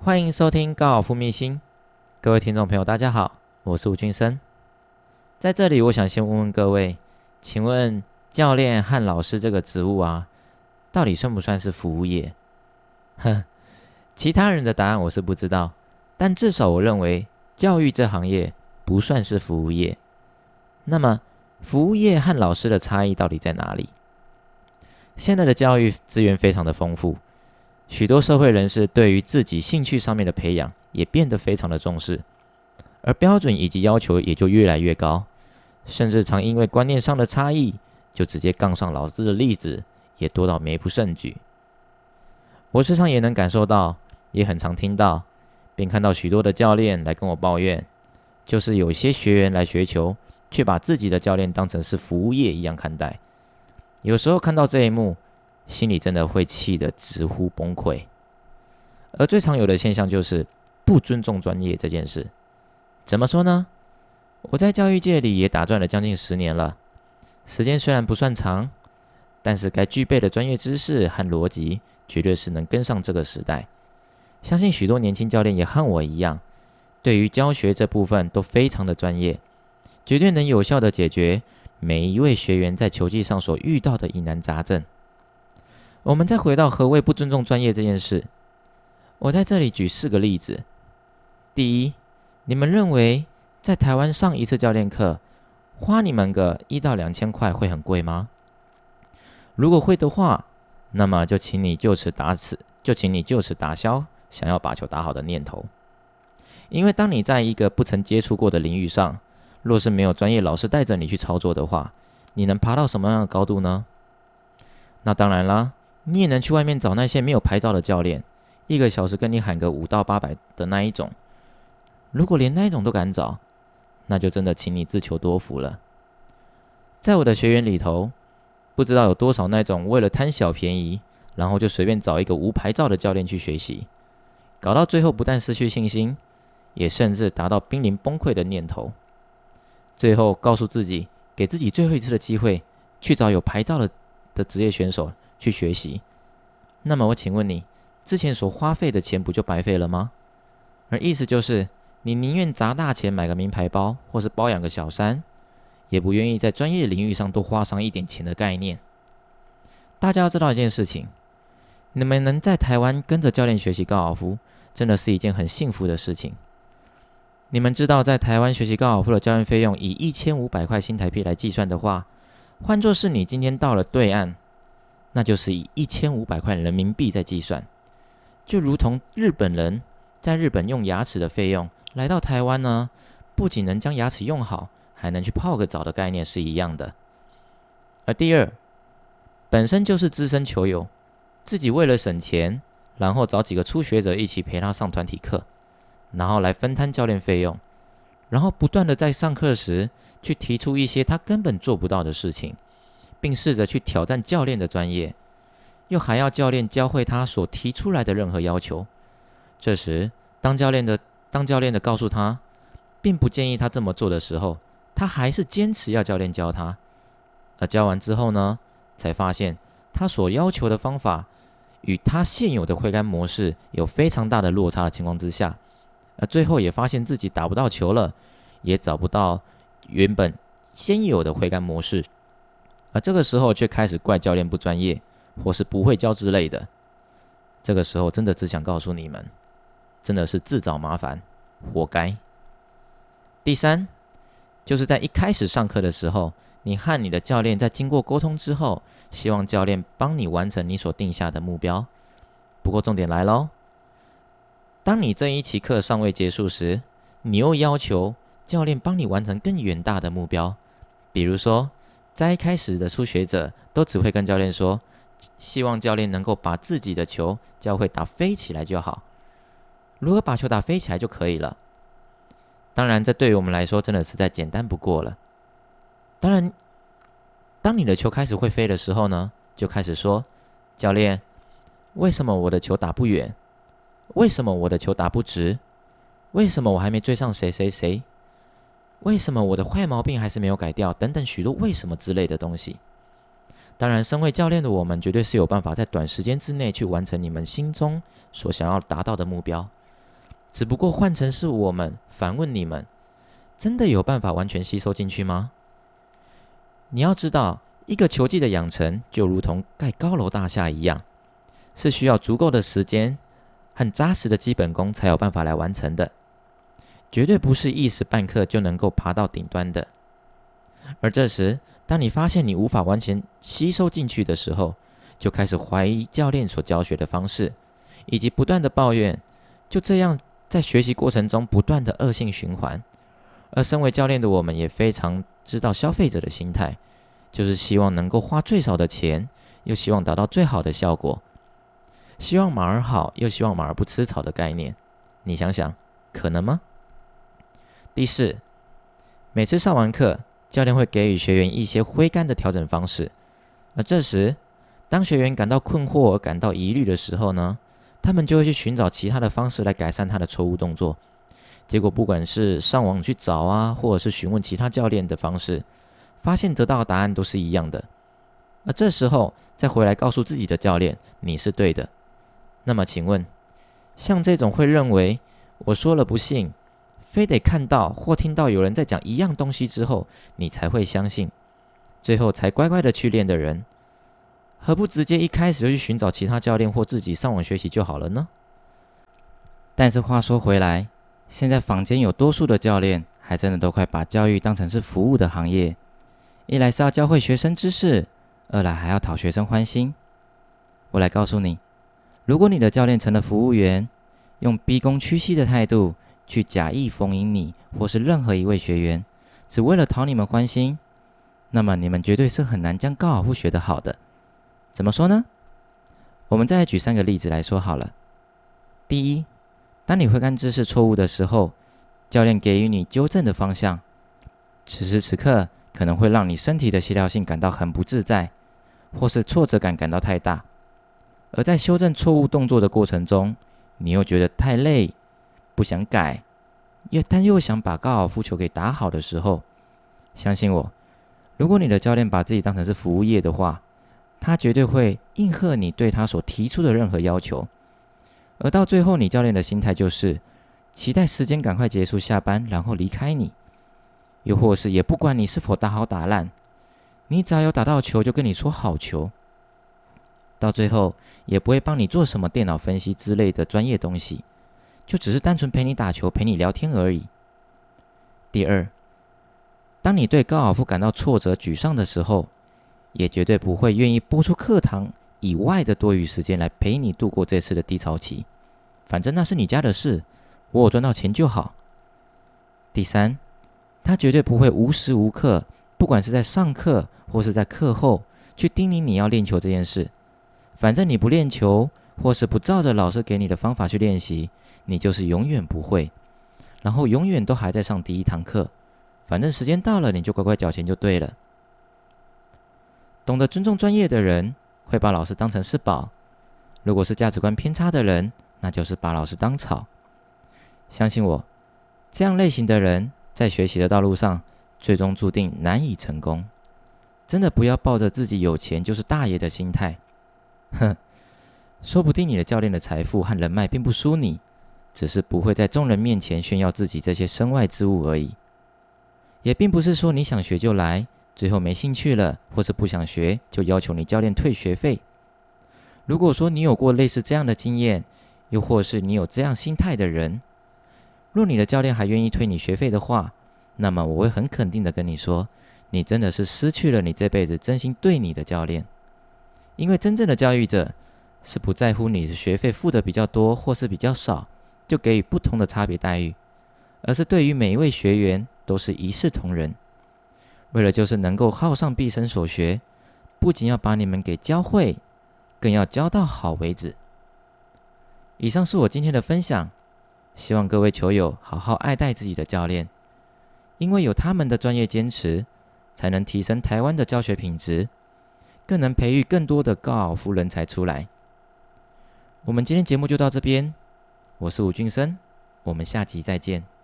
欢迎收听高尔夫秘辛，各位听众朋友，大家好，我是吴俊生。在这里，我想先问问各位，请问教练和老师这个职务到底算不算是服务业？其他人的答案我是不知道，但至少我认为教育这行业不算是服务业。那么，服务业和老师的差异到底在哪里？现在的教育资源非常的丰富，许多社会人士对于自己兴趣上面的培养也变得非常的重视，而标准以及要求也就越来越高，甚至常因为观念上的差异，就直接杠上老师的例子也多到没不胜举。我时常也能感受到，也很常听到，并看到许多的教练来跟我抱怨，就是有些学员来学球，却把自己的教练当成是服务业一样看待。有时候看到这一幕，心里真的会气得直呼崩溃。而最常有的现象就是不尊重专业这件事。怎么说呢？我在教育界里也打转了将近10年了，时间虽然不算长，但是该具备的专业知识和逻辑，绝对是能跟上这个时代。相信许多年轻教练也和我一样，对于教学这部分都非常的专业，绝对能有效的解决每一位学员在球技上所遇到的疑难杂症。我们再回到何谓不尊重专业这件事，我在这里举4个例子。第一，你们认为在台湾上一次教练课，花你们个1到2千块会很贵吗？如果会的话，那么就请你就此打消想要把球打好的念头。因为当你在一个不曾接触过的领域上，若是没有专业老师带着你去操作的话，你能爬到什么样的高度呢？那当然啦，你也能去外面找那些没有牌照的教练，1个小时跟你喊个5到800的那一种。如果连那一种都敢找，那就真的请你自求多福了。在我的学员里头，不知道有多少那种为了贪小便宜，然后就随便找一个无牌照的教练去学习，搞到最后不但失去信心，也甚至达到濒临崩溃的念头。最后告诉自己，给自己最后一次的机会，去找有牌照的职业选手去学习。那么我请问你，之前所花费的钱不就白费了吗？而意思就是，你宁愿砸大钱买个名牌包，或是包养个小三，也不愿意在专业领域上多花上一点钱的概念。大家要知道一件事情，你们能在台湾跟着教练学习高尔夫，真的是一件很幸福的事情。你们知道在台湾学习高尔夫的教练费用以1500块新台币来计算的话，换作是你今天到了对岸，那就是以1500块人民币在计算，就如同日本人在日本用牙齿的费用来到台湾呢，不仅能将牙齿用好，还能去泡个澡的概念是一样的。而第二，本身就是资深球友，自己为了省钱，然后找几个初学者一起陪他上团体课，然后来分摊教练费用，然后不断的在上课时去提出一些他根本做不到的事情，并试着去挑战教练的专业，又还要教练教会他所提出来的任何要求。这时当教练的告诉他并不建议他这么做的时候，他还是坚持要教练教他。而教完之后呢，才发现他所要求的方法与他现有的挥杆模式有非常大的落差的情况之下，而最后也发现自己打不到球了，也找不到原本先有的挥杆模式，而这个时候却开始怪教练不专业，或是不会教之类的。这个时候真的只想告诉你们，真的是自找麻烦，活该。第三，就是在一开始上课的时候，你和你的教练在经过沟通之后，希望教练帮你完成你所定下的目标。不过重点来咯，当你这一期课尚未结束时，你又要求教练帮你完成更远大的目标。比如说，在一开始的初学者都只会跟教练说，希望教练能够把自己的球教会打飞起来就好，如何把球打飞起来就可以了。当然，这对于我们来说真的是再简单不过了。当然，当你的球开始会飞的时候呢，就开始说，教练，为什么我的球打不远？为什么我的球打不直？为什么我还没追上谁谁谁？为什么我的坏毛病还是没有改掉？等等许多为什么之类的东西。当然，身为教练的我们绝对是有办法在短时间之内去完成你们心中所想要达到的目标。 只不过换成是我们反问你们，真的有办法完全吸收进去吗？你要知道，一个球技的养成就如同盖高楼大厦一样，是需要足够的时间和扎实的基本功才有办法来完成的，绝对不是一时半刻就能够爬到顶端的。而这时，当你发现你无法完全吸收进去的时候，就开始怀疑教练所教学的方式，以及不断的抱怨，就这样在学习过程中不断的恶性循环。而身为教练的我们也非常知道消费者的心态，就是希望能够花最少的钱，又希望达到最好的效果，希望马儿好，又希望马儿不吃草的概念。你想想，可能吗？第四，每次上完课，教练会给予学员一些挥杆的调整方式，而这时，当学员感到困惑而感到疑虑的时候呢，他们就会去寻找其他的方式来改善他的错误动作。结果不管是上网去找啊，或者是询问其他教练的方式，发现得到的答案都是一样的。而这时候再回来告诉自己的教练你是对的。那么请问，像这种会认为我说了不信，非得看到或听到有人在讲一样东西之后你才会相信，最后才乖乖的去练的人，何不直接一开始就去寻找其他教练或自己上网学习就好了呢？但是话说回来，现在坊间有多数的教练还真的都快把教育当成是服务的行业，一来是要教会学生知识，二来还要讨学生欢心。我来告诉你，如果你的教练成了服务员，用逼宫屈膝的态度去假意逢迎你或是任何一位学员，只为了讨你们欢心，那么你们绝对是很难将高尔夫学得好的。怎么说呢？我们再来举3个例子来说好了。第一，当你挥杆姿势错误的时候，教练给予你纠正的方向，此时此刻可能会让你身体的协调性感到很不自在，或是挫折感感到太大。而在修正错误动作的过程中，你又觉得太累，不想改，但又想把高尔夫球给打好的时候，相信我，如果你的教练把自己当成是服务业的话，他绝对会应和你对他所提出的任何要求。而到最后，你教练的心态就是期待时间赶快结束下班，然后离开你，又或是也不管你是否打好打烂，你只要有打到球就跟你说好球，到最后也不会帮你做什么电脑分析之类的专业东西，就只是单纯陪你打球陪你聊天而已。第二，当你对高尔夫感到挫折沮丧的时候，也绝对不会愿意拨出课堂以外的多余时间来陪你度过这次的低潮期，反正那是你家的事，我有赚到钱就好。第三，他绝对不会无时无刻，不管是在上课或是在课后，去叮咛你要练球这件事。反正你不练球，或是不照着老师给你的方法去练习，你就是永远不会，然后永远都还在上第一堂课，反正时间到了你就乖乖缴钱就对了。懂得尊重专业的人，会把老师当成是宝，如果是价值观偏差的人，那就是把老师当草。相信我，这样类型的人在学习的道路上最终注定难以成功。真的不要抱着自己有钱就是大爷的心态，说不定你的教练的财富和人脉并不输你，只是不会在众人面前炫耀自己这些身外之物而已。也并不是说你想学就来，最后没兴趣了，或是不想学，就要求你教练退学费。如果说你有过类似这样的经验，又或是你有这样心态的人，若你的教练还愿意退你学费的话，那么我会很肯定的跟你说，你真的是失去了你这辈子真心对你的教练。因为真正的教育者是不在乎你的学费付的比较多或是比较少，就给予不同的差别待遇，而是对于每一位学员都是一视同仁，为了就是能够耗上毕生所学，不仅要把你们给教会，更要教到好为止。以上是我今天的分享，希望各位球友好好爱戴自己的教练，因为有他们的专业坚持，才能提升台湾的教学品质，更能培育更多的高尔夫人才出来。我们今天节目就到这边，我是吴俊生，我们下集再见。